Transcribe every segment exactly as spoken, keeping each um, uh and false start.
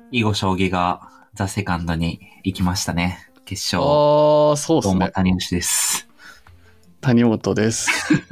囲碁将棋がザ・セカンドに行きましたね。決勝。 ああ、そうですどうもね。 谷吉です。 谷本です。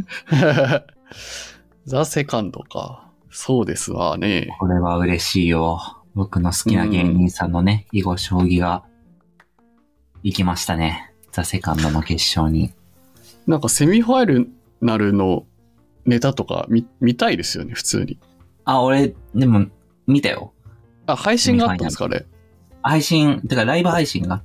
ザ・セカンドか。そうですわね。 これは嬉しいよ。僕の好きな芸人さんのね、囲碁将棋が行きましたね。ザ・セカンドの決勝に。 なんかセミファイナルのネタとか 見, 見たいですよね、普通に。 あ、俺、でも、見たよ。 あ、配信があったんですか、あれ。 配信、てかライブ配信があって、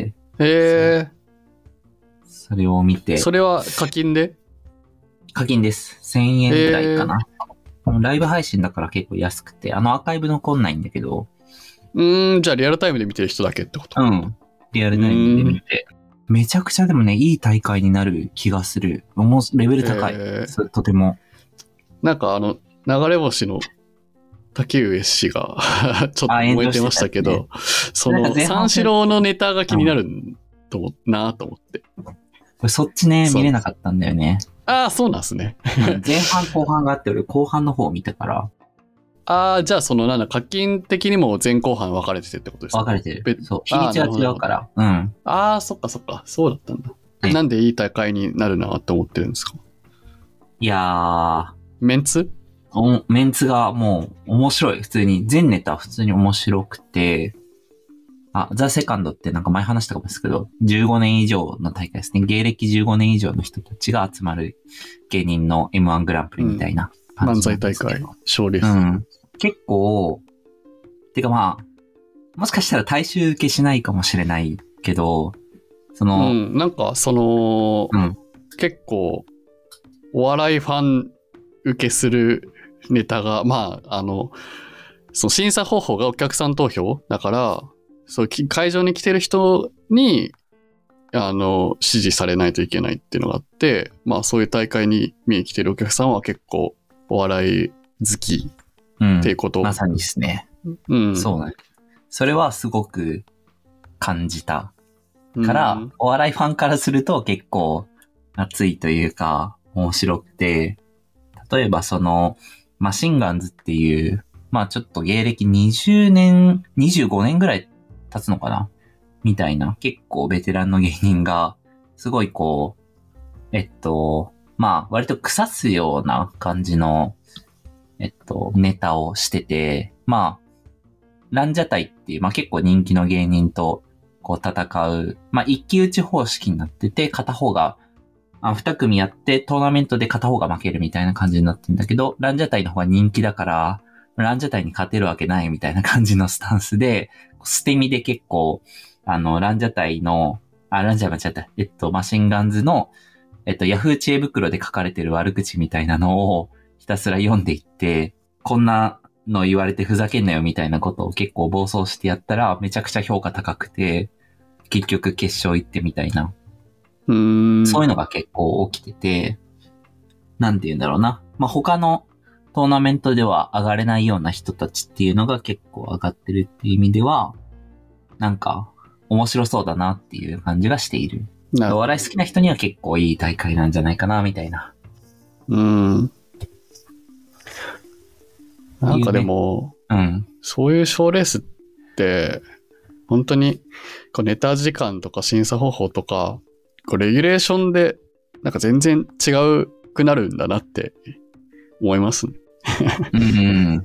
へえ。 それを見て。 それは課金で？ 課金です。せんえんくらいかな。ライブ配信だから結構安くて、あのアーカイブ残んないんだけど。 うーん、じゃあリアルタイムで見てる人だけってこと？ うん。リアルタイムで見て。めちゃくちゃでもね、いい大会になる気がする。もうレベル高い。えー、とても。 なんかあの、流れ星の竹上氏がちょっと燃えてましたけど、ね、その三四郎のネタが気になると思、うん、なと思って。 これそっちね、見れなかったんだよね。 ああ、そうなんですね。 前半後半があって、俺後半の方を見たから。 ああ、じゃあそのなんだ、課金的にも前後半分かれててってことですか？ 分かれてる。そう。日にちが違うから。うん。 ああ、そっかそっか。そうだったんだ。ね、なんでいい大会になるなって思ってるんですか？ いやー。 メンツメンツがもう面白い。普通に。全ネタ普通に面白くて。あ、ザ・セカンドってなんか前話したかもですけど、じゅうごねん以上の大会ですね。芸歴じゅうごねん以上の人たちが集まる芸人の エムワン グランプリみたいな感じ、うん。漫才大会、賞レース。 うん。結構、てかまあ、もしかしたら大衆受けしないかもしれないけど、その、 うん、なんかその、うん、結構、お笑いファン受けするネタが、まあ、あの、その審査方法がお客さん投票だから、そう会場に来てる人にあの支持されないといけないっていうのがあって、まあそういう大会に見に来てるお客さんは結構お笑い好きっていうこと、 うん、まさにですね。うん、そうね。それはすごく感じたから、うん、お笑いファンからすると結構熱いというか面白くて、例えばそのマシンガンズっていうまあちょっと芸歴にじゅうねん、にじゅうごねんぐらい経つのかなみたいな、結構ベテランの芸人が、すごいこう、えっと、まあ割と腐すような感じの、えっと、ネタをしてて、まあ、ランジャタイっていう、まあ結構人気の芸人とこう戦う、まあ一騎打ち方式になってて、片方が、あ、二組やってトーナメントで片方が負けるみたいな感じになってるんだけど、ランジャタイの方が人気だから、ランジャタイに勝てるわけないみたいな感じのスタンスで、捨て身で結構、あの、ランジャタイの、あ、ランジャタイ間違った。えっと、マシンガンズの、えっと、ヤフー知恵袋で書かれてる悪口みたいなのをひたすら読んでいって、こんなの言われてふざけんなよみたいなことを結構暴走してやったら、めちゃくちゃ評価高くて、結局決勝行ってみたいな。 うーん。 そういうのが結構起きてて、なんて言うんだろうな。まあ、他のトーナメントでは上がれないような人たちっていうのが結構上がってるっていう意味では、なんか面白そうだなっていう感じがしている。お笑い好きな人には結構いい大会なんじゃないかなみたいな。 うん。なんかでも、 うん、 そういう賞レースって本当にこうネタ時間とか審査方法とか、こうレギュレーションでなんか全然違うくなるんだなって思いますね。 うん、うん、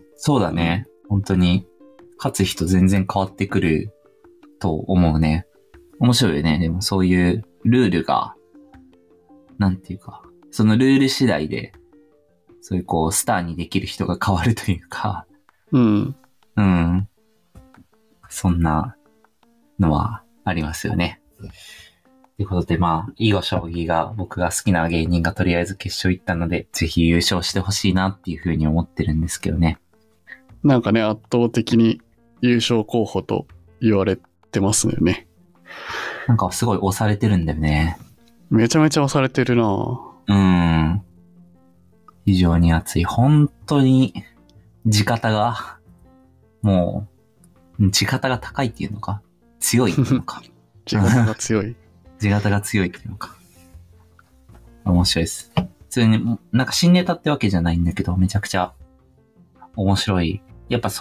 そうだね。本当に勝つ人全然変わってくると思うね。面白いよね。でもそういうルールが、なんていうか、そのルール次第で、そういうこうスターにできる人が変わるというか、 うん。 うん。そんなのはありますよね。ということで、まあ、囲碁将棋が僕が好きな芸人がとりあえず決勝行ったので、ぜひ優勝してほしいなっていうふうに思ってるんですけどね。 なんかね、圧倒的に優勝候補と言われてますよね。 なんかすごい押されてるんだよね。 めちゃめちゃ押されてるな。 うん。非常に熱い。本当に、地方が、もう、地方が高いっていうのか、強いっていうのか。 地方が強い。 地方が強いっていうのか。面白いです。普通に、なんか新ネタってわけじゃないんだけど、めちゃくちゃ面白い。やっぱその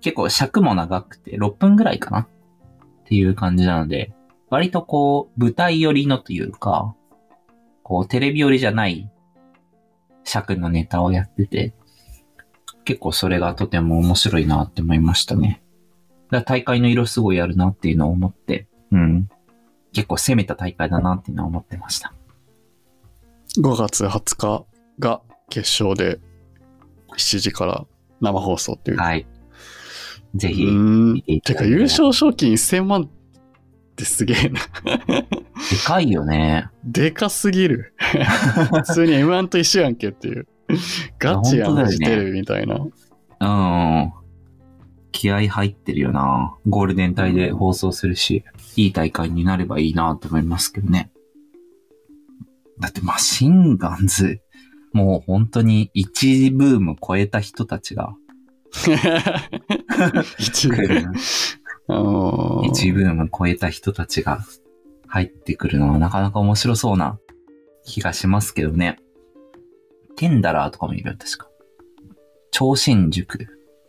結構尺も長くてろっぷんぐらいかなっていう感じなので、割とこう舞台寄りのというか、こうテレビ寄りじゃない尺のネタをやってて、結構それがとても面白いなって思いましたね。だから大会の色すごいあるなっていうのを思って、うん。結構攻めた大会だなっていうのは思ってました。 ごがつはつかが決勝でしちじから生放送っていう。 はい。ぜひ見ていただいて。てか優勝賞金せんまんってすげえな。 でかいよね。 でかすぎる。普通に エムワン と一緒やんけっていう。ガチやんしてるみたいな。 うん。気合入ってるよな。ゴールデン帯で放送するし、いい大会になればいいなと思いますけどね。だってマシンガンズ、もう本当に一ブーム超えた人たちが。 一ブーム。 一ブーム超えた人たちが入ってくるのはなかなか面白そうな気がしますけどね。テンダラーとかもいるよ、確か。超新塾。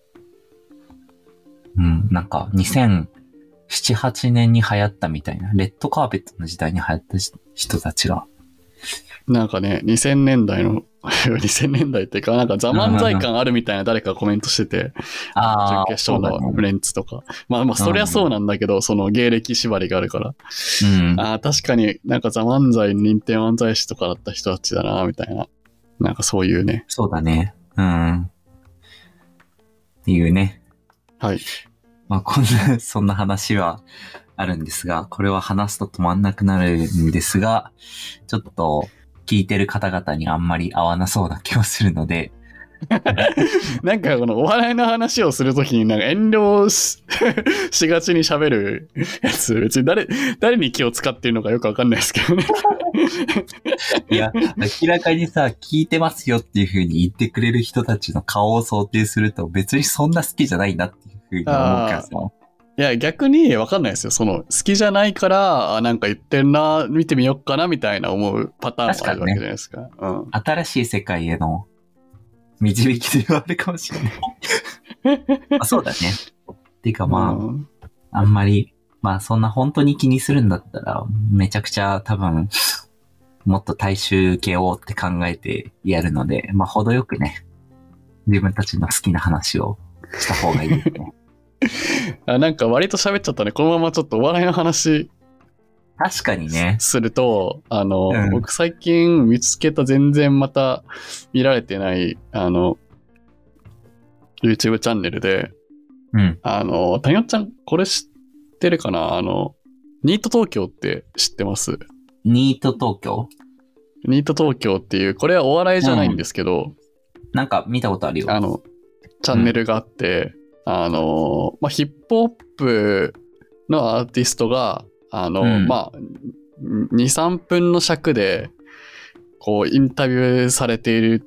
うん、なんかにせんなな、はちねんに流行ったみたいな、レッドカーペットの時代に流行った人たちが。 なんかね、にせんねんだいの、にせんねんだいっていうか、なんかザ・漫才感あるみたいな誰かコメントしてて、 あ準決勝のフレンツとか。ね、まあまあ、そりゃそうなんだけど、うん、その芸歴縛りがあるから。うん、ああ、確かになんかザ・漫才認定漫才師とかだった人たちだな、みたいな。なんかそういうね。 そうだね。うん。っていうね。 はい。 まあ、こんな、そんな話はあるんですが、これは話すと止まんなくなるんですが、ちょっと聞いてる方々にあんまり合わなそうな気がするので。 なんかこのお笑いの話をするときになんか遠慮 し, しがちに喋るやつ、別に誰、誰に気を使ってるのかよくわかんないですけどね。 いや、明らかにさ、聞いてますよっていう風に言ってくれる人たちの顔を想定すると別にそんな好きじゃないなっていう風に思うからさ。 いや、逆にわかんないですよ。その、好きじゃないから、なんか言ってんな、見てみよっかな、みたいな思うパターンもあるわけじゃないですか。かね、うん、 新しい世界への導きではあるかもしれない。まあ、そうだね。っていうかまあ、うん、あんまり、まあそんな本当に気にするんだったら、めちゃくちゃ多分、もっと大衆受けをって考えてやるので、まあ程よくね、自分たちの好きな話をした方がいいですね。 あ、なんか割と喋っちゃったね。このままちょっとお笑いの話。 確かにね。 すると、あの、うん、僕最近見つけた全然また見られてない、あの、YouTube チャンネルで、 うん。 あの、谷尾ちゃん、これ知ってるかな？あの、ニート東京って知ってます？ ニート東京？ ニート東京っていう、これはお笑いじゃないんですけど、うん、 なんか見たことあるよ。 あの、チャンネルがあって、うん、あの、まあ、ヒップホップのアーティストが、あの、うん、まあ、に、さんぷんの尺で、こう、インタビューされているって、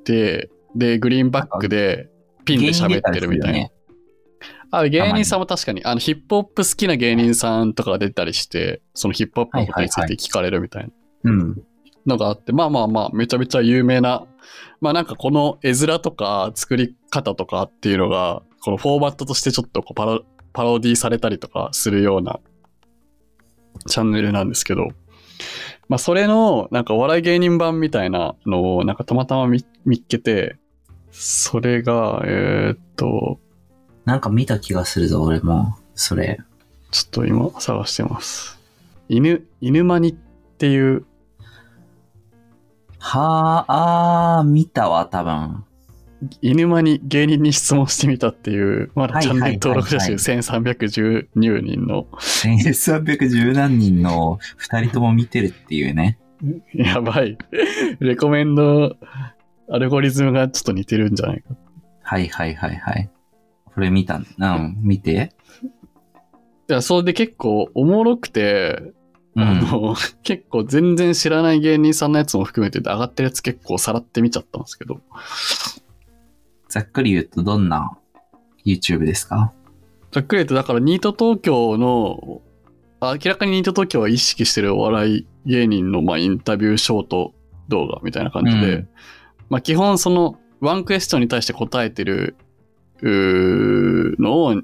で、グリーンバックで、ピンで喋ってるみたいな。あ、芸人さんも確かに、あの、ヒップホップ好きな芸人さんとかが出たりして、そのヒップホップのことについて聞かれるみたいなのがあって、まあまあまあ、めちゃめちゃ有名な、まあなんかこの絵面とか作り方とかっていうのが、このフォーマットとしてちょっとこうパロ、パロディされたりとかするようなチャンネルなんですけど、まあそれのなんかお笑い芸人版みたいなのをなんかたまたま 見, 見っけて、それが、えー、っと、 なんか見た気がするぞ、俺も。それ。 ちょっと今探してます。犬、犬マニっていう。 はあ、あー、見たわ、多分。 犬マニ芸人に質問してみたっていう、まだチャンネル登録者数せんさんびゃくじゅうににんの。 せんさんびゃくじゅうなんにんのふたりとも見てるっていうね。 やばい。レコメンド、アルゴリズムがちょっと似てるんじゃないか。 はいはいはいはい。これ見たんだ。うん、見て。 いや、それで結構おもろくて、うん、あの、結構全然知らない芸人さんのやつも含めて上がってるやつ結構さらって見ちゃったんですけど。 ざっくり言うとどんな YouTube ですか？ ざっくり言うと、だからニート東京の、明らかにニート東京は意識してるお笑い芸人のまあインタビューショート動画みたいな感じで、うん、まあ基本そのワンクエスチョンに対して答えてるのを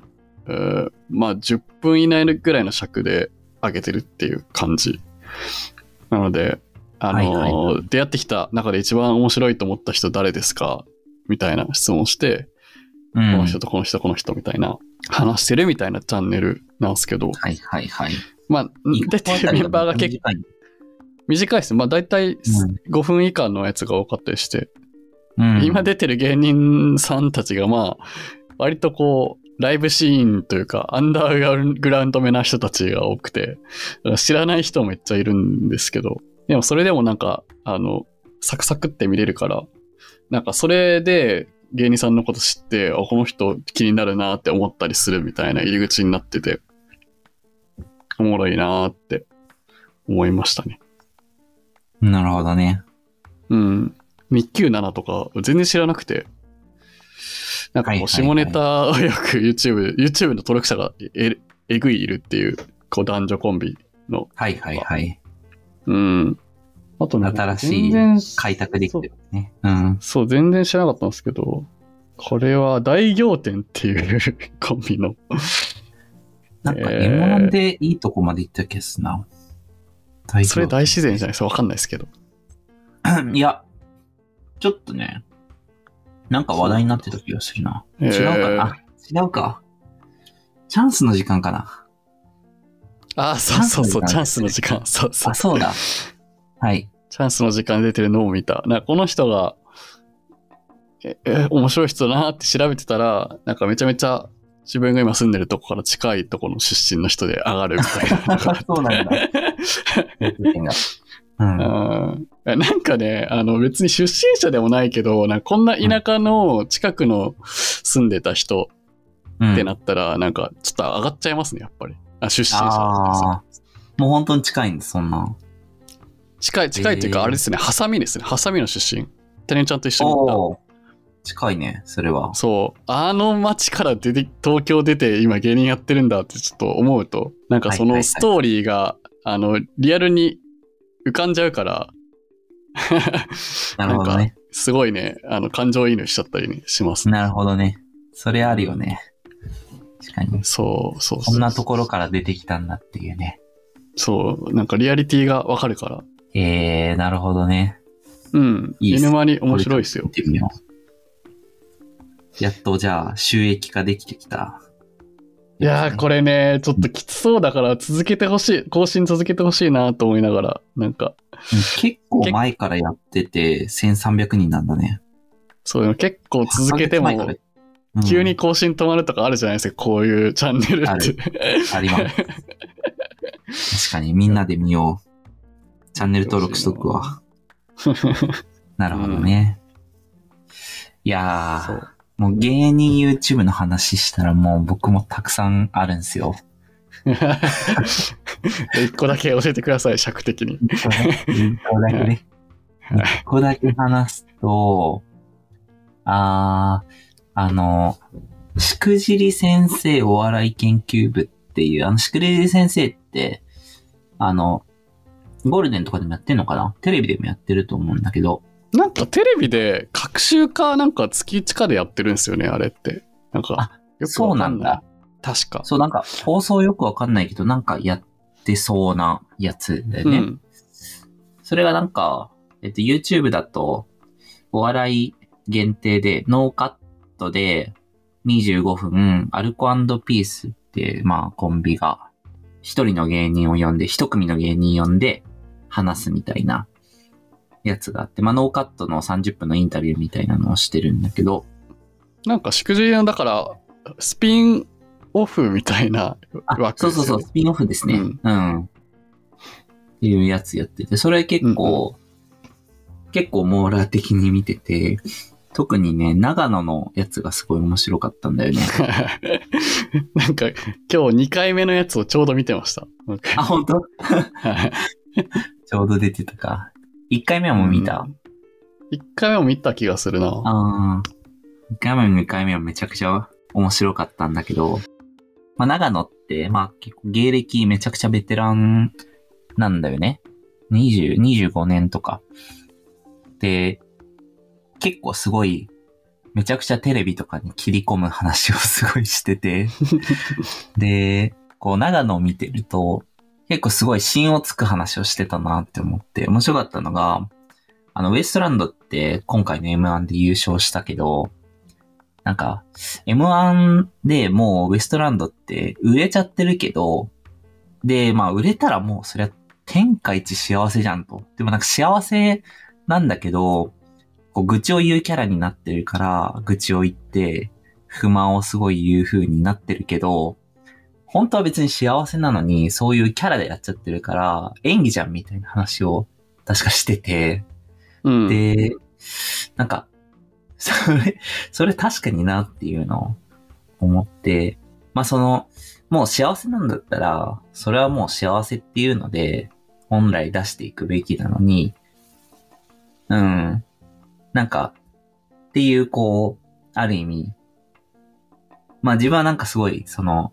えー、まあじゅっぷん以内ぐらいの尺で上げてるっていう感じ。なので、あのーはいはい、出会ってきた中で一番面白いと思った人誰ですかみたいな質問をして、うん、この人とこの人この人みたいな話してるみたいなチャンネルなんですけど。 はいはいはい。 まあ、出てるメンバーが結構短いですね。まあ大体ごふん以下のやつが多かったりして、うん、今出てる芸人さんたちがまあ、割とこう、ライブシーンというか、アンダーグラウンドめな人たちが多くて、知らない人もめっちゃいるんですけど、でもそれでもなんか、あの、サクサクって見れるから、なんかそれで芸人さんのこと知って、あ、この人気になるなって思ったりするみたいな入り口になってて、おもろいなって思いましたね。 なるほどね。 うん。日給ななとか全然知らなくて、なんかこう下ネタをよく YouTube、YouTube の登録者が え, えぐいいるっていう、こう男女コンビの。 はいはいはい。 うん。あとね、 新しい開拓できてるね。 うん。そう、全然知らなかったんですけど、これは大仰天っていうコンビの。 なんか エムワン でいいとこまで行った気がするな。 えー、それ大自然じゃないですか、わかんないですけど。 いや、ちょっとね、なんか話題になってた気がするな。違うかな、えー、違うか。チャンスの時間かな。 ああ、そうそうそう、チャンスの時間。そうそう。 あ、そうだ。はい。 チャンスの時間出てるのを見た。なんかこの人が、え、え、面白い人だなって調べてたら、なんかめちゃめちゃ自分が今住んでるとこから近いところの出身の人で上がるみたいな。 そうなんだ。 うん、なんかね、あの別に出身者でもないけど、なんかこんな田舎の近くの住んでた人ってなったら、なんかちょっと上がっちゃいますね、やっぱり。あ、出身者。 あもう本当に近いんです、そんな。 近い、近いっていうか、あれですね、ハサミですね。ハサミの出身。テレンちゃんと一緒に行った。 近いね、それは。 そう。あの町から出て、東京出て今芸人やってるんだってちょっと思うと、なんかそのストーリーが、はいはいはい、あの、リアルに浮かんじゃうから、 なるほどね。 すごいね、あの、感情移入しちゃったり、ね、します、 ね。なるほどね。それあるよね。確かに。 そうそうそう。 こんなところから出てきたんだっていうね。 そう、なんかリアリティがわかるから。 えー、なるほどね。 うん。いい犬間に面白いですよ。 見てみよう。やっとじゃあ収益化できてきた。 いやー、これね、ちょっときつそうだから続けてほしい。更新続けてほしいなと思いながら、なんか。 結構前からやってて、せんさんびゃくにんなんだね。 そう、結構続けても、うん、急に更新止まるとかあるじゃないですか、こういうチャンネルって。 ある。あります。確かに、みんなで見よう。チャンネル登録しとくわ。なるほどね。うん、いやー、もう芸人 YouTube の話したらもう僕もたくさんあるんですよ。 一個だけ教えてください、尺的に。 一個だけね。一個だけ話すと、あー、あの、しくじり先生お笑い研究部っていう、あの、しくじり先生って、あの、ゴールデンとかでもやってんのかな？テレビでもやってると思うんだけど。 なんかテレビで、隔週かなんか月いちかでやってるんですよね、あれって。なんか、 あ、よくわかんない。そうなんだ。 確か。 そう、なんか、放送よくわかんないけど、なんかやってそうなやつだよね。うん、それがなんか、えっと、YouTube だと、お笑い限定で、ノーカットで、にじゅうごふん、アルコ&ピースっていう、まあ、コンビが、一人の芸人を呼んで、一組の芸人呼んで、話すみたいな、やつがあって、まあ、ノーカットのさんじゅっぷんのインタビューみたいなのをしてるんだけど。 なんか、しくじりの、だから、スピンオフみたいな枠ですよね。そうそうそう、スピンオフですね。うん。うん、っていうやつやってて、それ結構、うん、結構網羅的に見てて、特にね、長野のやつがすごい面白かったんだよね。 なんか、今日にかいめのやつをちょうど見てました。 あ、本当？ちょうど出てたか。いっかいめはもう見た、うん、 いっかいめも見た気がするな。 ああ。いっかいめもにかいめはめちゃくちゃ面白かったんだけど、まあ、長野って、まあ、結構芸歴めちゃくちゃベテランなんだよね。にじゅう、にじゅうごねんとか。で、結構すごいめちゃくちゃテレビとかに切り込む話をすごいしてて、で、こう長野を見てると、結構すごい芯をつく話をしてたなって思って、面白かったのが、あの、ウエストランドって今回の エムワン で優勝したけど、なんか、エムワン でもうウエストランドって売れちゃってるけど、で、まあ売れたらもうそりゃ天下一幸せじゃんと。でもなんか幸せなんだけど、こう愚痴を言うキャラになってるから、愚痴を言って、不満をすごい言う風になってるけど、本当は別に幸せなのに、そういうキャラでやっちゃってるから、演技じゃんみたいな話を確かしてて、うん、で、なんか、それ、それ確かになっていうのを思って、まあその、もう幸せなんだったら、それはもう幸せっていうので、本来出していくべきなのに、うん、なんか、っていう、こう、ある意味、まあ自分はなんかすごい、その、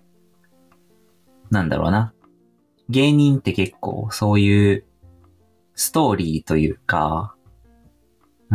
なんだろうな。芸人って結構そういうストーリーというか、うん。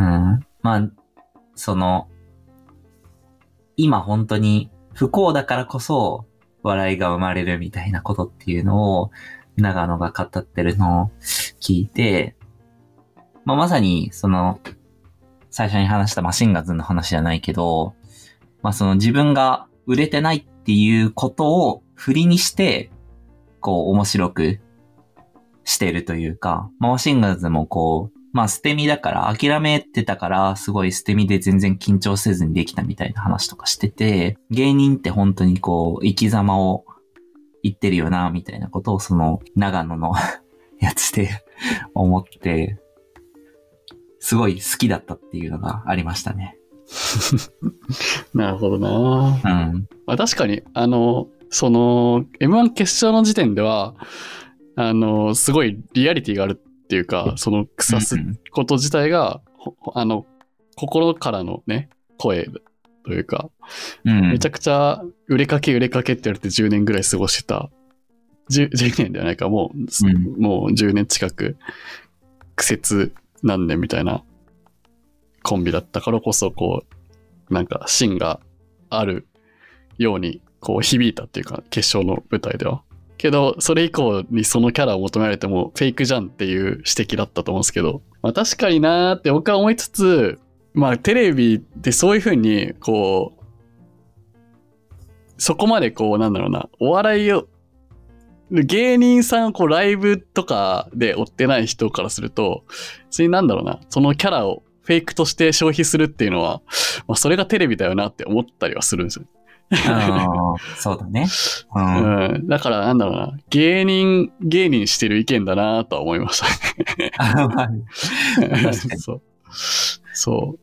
まあ、その、今本当に不幸だからこそ笑いが生まれるみたいなことっていうのを長野が語ってるのを聞いて、まあまさにその、最初に話したマシンガンズの話じゃないけど、まあその自分が売れてないっていうことを振りにして、こう面白くしてるというか、まあマシンガンズもこう、まあ捨て身だから諦めてたからすごい捨て身で全然緊張せずにできたみたいな話とかしてて、芸人って本当にこう生き様を言ってるよなみたいなことをその長野のやつで思って、すごい好きだったっていうのがありましたね。 なるほどな。 うん。 まあ、確かに、あの、その、エムワン 決勝の時点では、あの、すごいリアリティがあるっていうか、その腐すこと自体が、うんうん、あの、心からのね、声というか、うん、めちゃくちゃ売れかけ売れかけって言われてじゅうねんぐらい過ごしてた。じゅう, じゅうねんではないか、もう、うん、もうじゅうねん近く、苦節何年みたいなコンビだったからこそ、こう、なんか芯があるように、こう響いたっていうか、決勝の舞台では。けど、それ以降にそのキャラを求められてもフェイクじゃんっていう指摘だったと思うんですけど、まあ確かになーって僕は思いつつ、まあテレビでそういう風に、こう、そこまでこう、なんだろうな、お笑いを、芸人さんをこうライブとかで追ってない人からすると、別になんだろうな、そのキャラをフェイクとして消費するっていうのは、まあそれがテレビだよなって思ったりはするんですよ。 あそうだね、 うんうん。だからなんだろうな、芸人、芸人してる意見だなとは思いましたね。あ、まあ、そう。そう。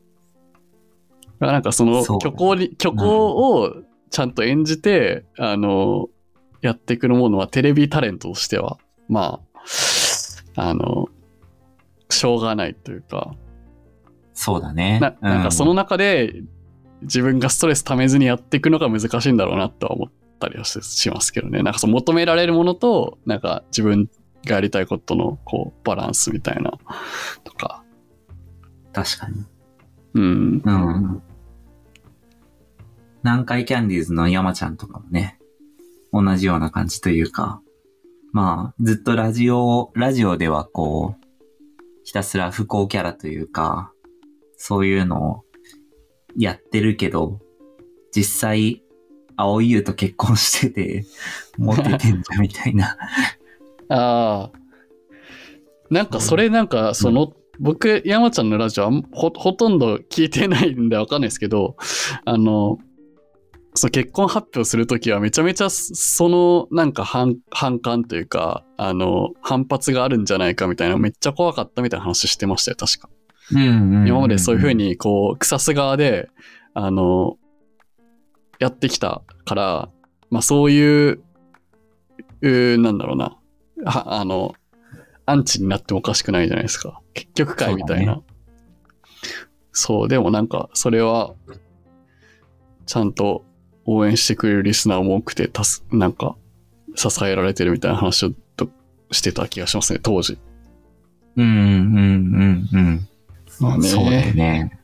なんかその虚構に、虚構をちゃんと演じて、うん、あの、やってくるものはテレビタレントとしては、まあ、あの、しょうがないというか。 そうだね。 な, なんかその中で自分がストレス溜めずにやっていくのが難しいんだろうなとは思ったりはしますけどね。なんかその求められるものと、なんか自分がやりたいことのこうバランスみたいなとか。 確かに。 うん。 うん。南海キャンディーズの山ちゃんとかもね、同じような感じというか、まあ、ずっとラジオ、ラジオではこう、ひたすら不幸キャラというか、そういうのをやってるけど、実際、青井優と結婚してて、モテてんじゃんみたいな。 ああ。なんかそれなんか、その、うん、僕、山ちゃんのラジオはほ、ほとんど聞いてないんでわかんないですけど、あの、その結婚発表するときはめちゃめちゃそのなんか反、反感というか、あの、反発があるんじゃないかみたいな、めっちゃ怖かったみたいな話してましたよ、確か。 うんうんうんうん、 今までそういう風にこう、腐す側で、あの、やってきたから、まあそういう、うなんだろうな、あ、あの、アンチになってもおかしくないじゃないですか。結局かいみたいな。そうだね。そう、でもなんか、それは、ちゃんと応援してくれるリスナーも多くて、たす、なんか、支えられてるみたいな話をしてた気がしますね、当時。 うんうんうんうん。 まあね。 そうだね。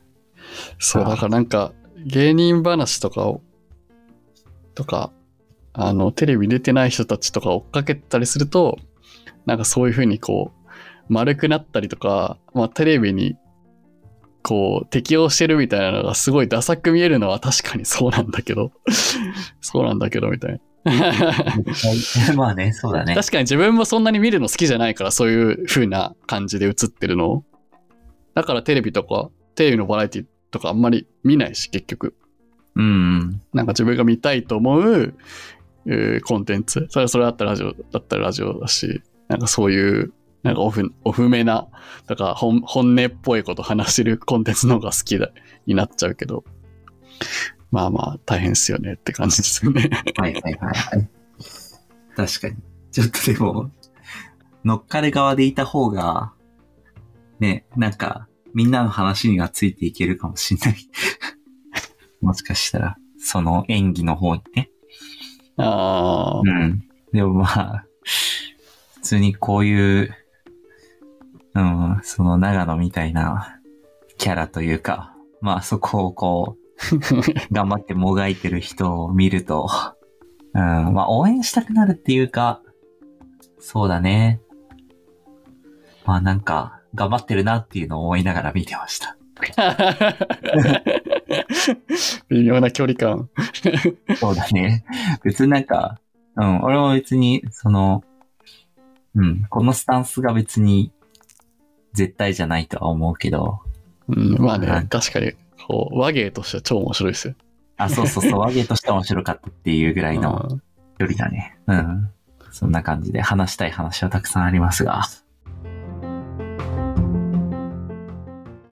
そう、だからなんか、芸人話とかを、とか、あの、テレビ出てない人たちとか追っかけたりすると、なんかそういう風にこう、丸くなったりとか、まあテレビに、こう、適応してるみたいなのがすごいダサく見えるのは確かにそうなんだけど、そうなんだけどみたいな。 まあね、そうだね。 確かに自分もそんなに見るの好きじゃないから、そういう風な感じで映ってるのを。だからテレビとか、テレビのバラエティとかあんまり見ないし、結局。 うん。 なんか自分が見たいと思う、えー、コンテンツ。それはそれだったらラジオだったらラジオだし、なんかそういう、なんかオフ、オフめな、だから本、本音っぽいこと話してるコンテンツの方が好きだ、になっちゃうけど。まあまあ、大変ですよねって感じですよね。 はいはいはいはい。確かに。ちょっとでも、乗っかる側でいた方が、ね、なんか、みんなの話にはついていけるかもしれない。もしかしたら、その演技の方にね。 ああ。 うん。でもまあ、普通にこういう、うん、その長野みたいなキャラというか、まあそこをこう、頑張ってもがいてる人を見ると、うん、まあ応援したくなるっていうか、そうだね。まあなんか、頑張ってるなっていうのを思いながら見てました。 微妙な距離感。 そうだね。別になんか、うん、俺も別に、その、うん、このスタンスが別に絶対じゃないとは思うけど。 うん、まあね、確かに、こう、和芸としては超面白いですよ。 あ、そうそうそう、和芸としては面白かったっていうぐらいの距離だね。うん。そんな感じで話したい話はたくさんありますが。